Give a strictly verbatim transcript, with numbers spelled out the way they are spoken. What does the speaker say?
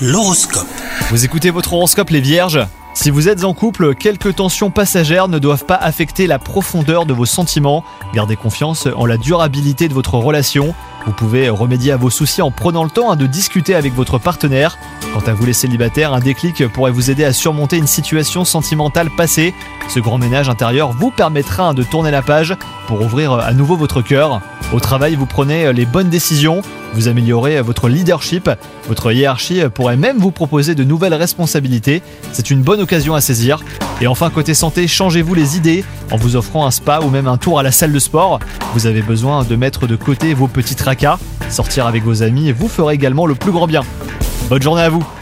L'horoscope. Vous écoutez votre horoscope les vierges ? Si vous êtes en couple, quelques tensions passagères ne doivent pas affecter la profondeur de vos sentiments. Gardez confiance en la durabilité de votre relation. Vous pouvez remédier à vos soucis en prenant le temps de discuter avec votre partenaire. Quant à vous les célibataires, un déclic pourrait vous aider à surmonter une situation sentimentale passée. Ce grand ménage intérieur vous permettra de tourner la page pour ouvrir à nouveau votre cœur. Au travail, vous prenez les bonnes décisions, vous améliorez votre leadership, votre hiérarchie pourrait même vous proposer de nouvelles responsabilités. C'est une bonne occasion à saisir. Et enfin, côté santé, changez-vous les idées en vous offrant un spa ou même un tour à la salle de sport. Vous avez besoin de mettre de côté vos petits tracas. Sortir avec vos amis vous ferez également le plus grand bien. Bonne journée à vous!